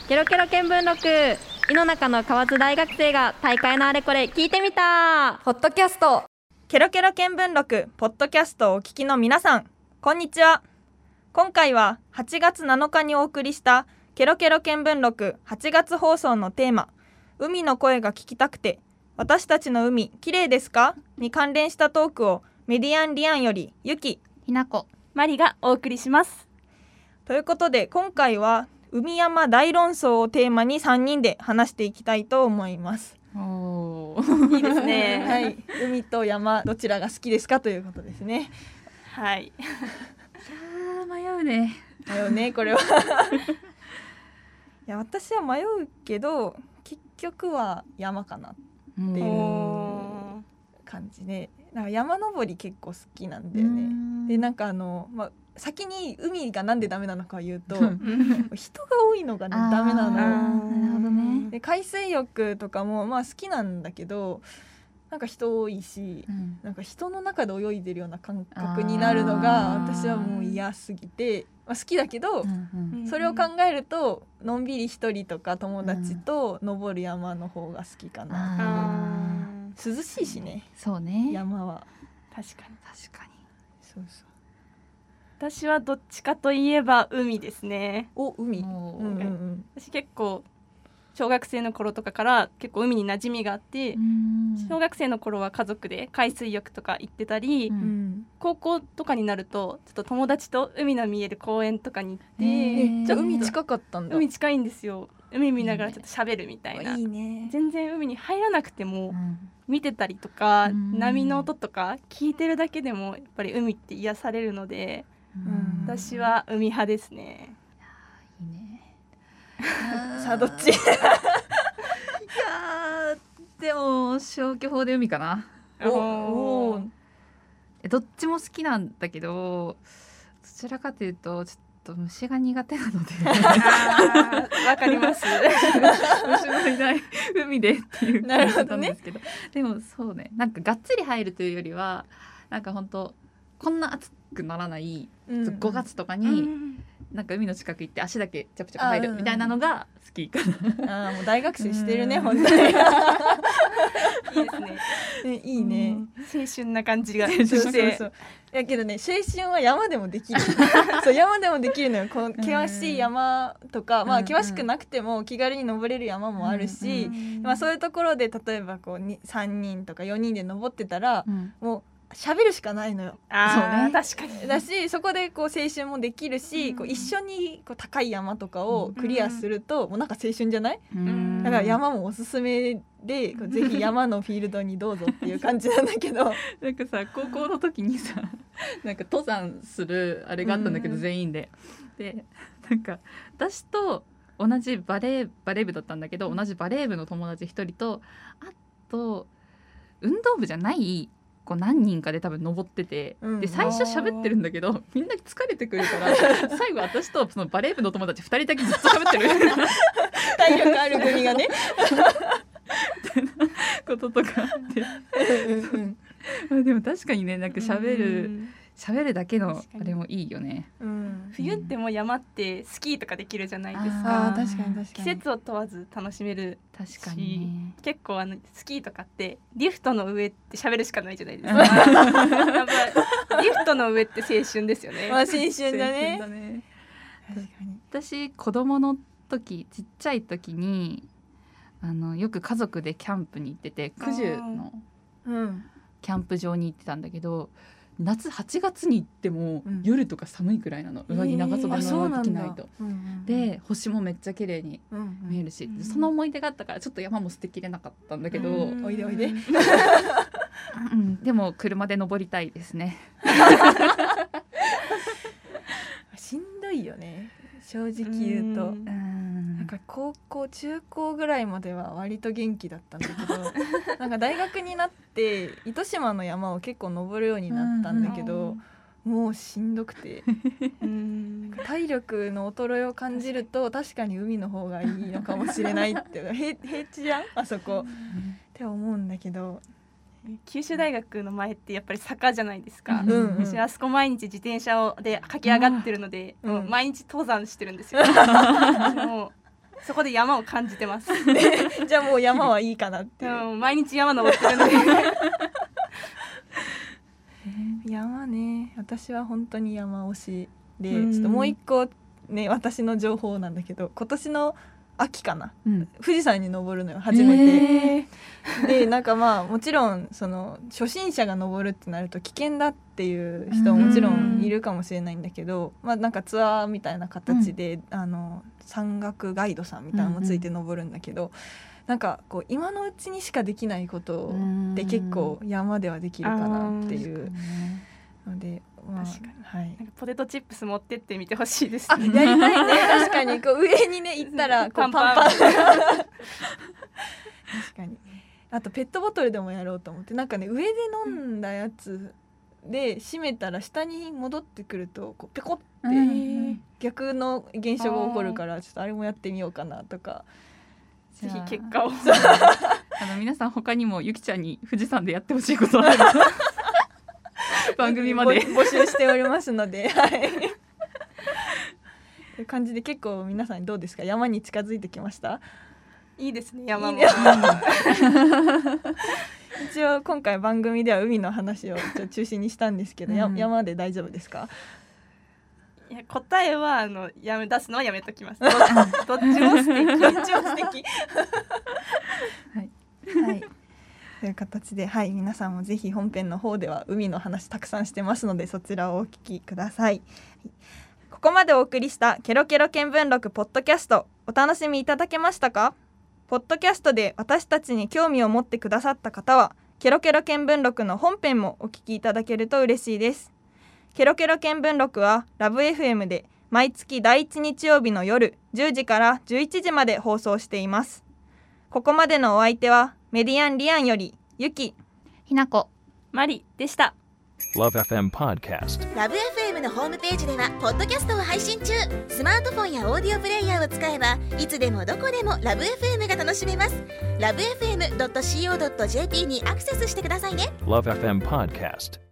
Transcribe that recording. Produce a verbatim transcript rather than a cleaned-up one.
ケロケロ見聞録、井の中の河津大学生が大会のあれこれ聞いてみたポッドキャスト。 ケロケロ見聞録ポッドキャストをお聞きの皆さん、こんにちは。今回ははちがつなのかにお送りしたケロケロ見聞録はちがつ放送のテーマ、海の声が聞きたくて私たちの海きれいですかに関連したトークをメディアンリアンよりゆき、 ひなこ、 マリがお送りします。 ということで、今回は海山大論争をテーマにさんにんで話していきたいと思います。 おーいいですね。 はい、海と山どちらが好きですかということですね。 はい。 いや迷うね迷うねこれは。いや私は迷うけど結局は山かなっていう感じで、なんか山登り結構好きなんだよね。でなんかあの、まあ、先に海がなんでダメなのかを言うと人が多いのが、ね、ダメなの。 なるほどね。 で海水浴とかもまあ好きなんだけど、なんか人多いし、うん、なんか人の中で泳いでるような感覚になるのが私はもう嫌すぎて、まあ、好きだけど、うんうん、それを考えるとのんびり一人とか友達と登る山の方が好きかな。涼しいしね。 そうね、 山は確かに確かに。 そうそう、 私はどっちかといえば海ですね。 お、海、うんうんうん、 私結構小学生の頃とかから結構海に馴染みがあって、小学生の頃は家族で海水浴とか行ってたり、うん、高校とかになるとちょっと友達と海の見える公園とかに行って、 えー、じゃあ海近かったんだ。 海近いんですよ。海見ながらちょっと喋るみたいな。 いいね。 全然海に入らなくても、うん、見てたりとか、うん、波の音とか聞いてるだけでもやっぱり海って癒されるので、うん、私は海派ですね。 いいね。 さあどっち？いやでも消去法で海かな。 おお、 どっちも好きなんだけど、どちらかというとちょっと虫が苦手なので。 わかります。 虫のいない海でっていう感じなんですけど、 なるほどね。 でもそうね、なんかがっつり入るというよりは、なんか本当こんな暑くならない、うん、ごがつとかに、うん、なんか海の近く行って足だけチャプチャプ入るみたいなのが好きかな。 あ、もう大学生してるね、本当に。いいですね。 ね、いいね。 青春な感じがして。そうそうそう。やけどね、青春は山でもできる。そう、山でもできるのよ。この険しい山とか、まあ険しくなくても気軽に登れる山もあるし、まあそういうところで例えばこうさんにんとかよにんで登ってたら、うん、もう喋るしかないのよ。 あ、そうね、確かに。 だし、そこでこう青春もできるし、うん、こう一緒にこう高い山とかをクリアすると、うん、もうなんか青春じゃない？うん、だから山もおすすめで、こうぜひ山のフィールドにどうぞっていう感じなんだけどなんかさ、高校の時にさなんか登山するあれがあったんだけど、うん、全員ででなんか私と同じバレーバレー部だったんだけど、同じバレー部の友達一人と、あと運動部じゃないこう何人かで多分登ってて、うん、で最初喋ってるんだけどみんな疲れてくるから最後私とそのバレー部の友達ふたりだけずっと喋ってる体力ある組がねこととかあってうんうんでも確かにね、なんか喋る喋るだけのあれもいいよね、 うん、冬ってもう山ってスキーとかできるじゃないですか。 あ、確かに確かに。 季節を問わず楽しめるし、 確かに、ね、 結構あのスキーとかってリフトの上って喋るしかないじゃないですか。やっぱリフトの上って青春ですよね。 まあ、青春だね。 だね。確かに。私子供の時、ちっちゃい時にあのよく家族でキャンプに行ってて、九十のキャンプ場に行ってたんだけど、夏はちがつに行っても、うん、夜とか寒いくらいなの。上着長袖のまま着ないと、うんうん、で星もめっちゃ綺麗に見えるし、うんうん、その思い出があったからちょっと山も捨てきれなかったんだけど、 うん、おいでおいで、 うん、でも車で登りたいですね。 しんどいよね、正直言うと。うん、なんか高校中高ぐらいまでは割と元気だったんだけどなんか大学になって糸島の山を結構登るようになったんだけど、うん、もうしんどくてうん体力の衰えを感じると確かに海の方がいいのかもしれないって平, 平地じゃんあそこ、うん、って思うんだけど、 九州大学の前ってやっぱり坂じゃないですか、 うんうん、 私あそこ毎日自転車をで駆け上がってるので、うん、もう毎日登山してるんですよ。もうそこで山を感じてますじゃあもう山はいいかなっていう。 毎日山登ってるので山ね、私は本当に山推しで、 うんちょっともう一個ね私の情報なんだけど、今年の秋かな、うん、富士山に登るのよ初めて、えー、でなんかまあもちろんその初心者が登るってなると危険だっていう人ももちろんいるかもしれないんだけど、まあなんかツアーみたいな形で、うん、あの山岳ガイドさんみたいなのもついて登るんだけど、うんうん、なんかこう今のうちにしかできないことって結構山ではできるかなっていうので、まあ、 確かに、 はい、 なんかポテトチップス持ってってみてほしいですね。 あ、やりたいね確かにこう上にね行ったらこうパンパン確かに。あとペットボトルでもやろうと思って、なんかね上で飲んだやつで閉めたら下に戻ってくるとこうペコって逆の現象が起こるから、ちょっとあれもやってみようかなとか。 ぜひ結果をあの皆さん他にもゆきちゃんに富士山でやってほしいことあれば番組まで募集しておりますので、はい、という感じで結構皆さんどうですか、山に近づいてきました？ いいですね、山も。 いい一応今回番組では海の話を中心にしたんですけど、うん、山で大丈夫ですか？ いや答えはあのやめ出すのはやめときます。ど, どっちも素敵どっちも素敵はい、はい、という形で、はい、皆さんもぜひ本編の方では海の話たくさんしてますので、そちらをお聞きください。ここまでお送りしたケロケロ見聞録ポッドキャスト、お楽しみいただけましたか？ポッドキャストで私たちに興味を持ってくださった方は、ケロケロ見聞録の本編もお聞きいただけると嬉しいです。ケロケロ見聞録はラブ エフエム で毎月だいいち日曜日の夜じゅうじからじゅういちじまで放送しています。ここまでのお相手はメディアンリアンよりゆき、 ひなこ、 マリでした。 ラブ エフエム Podcast。 ラブ エフエム のホームページではポッドキャストを配信中。スマートフォンやオーディオプレイヤーを使えばいつでもどこでもラブ エフエム が楽しめます。ラブ エフエムドットシーオードットジェーピー にアクセスしてくださいね。 ラブ エフエム Podcast。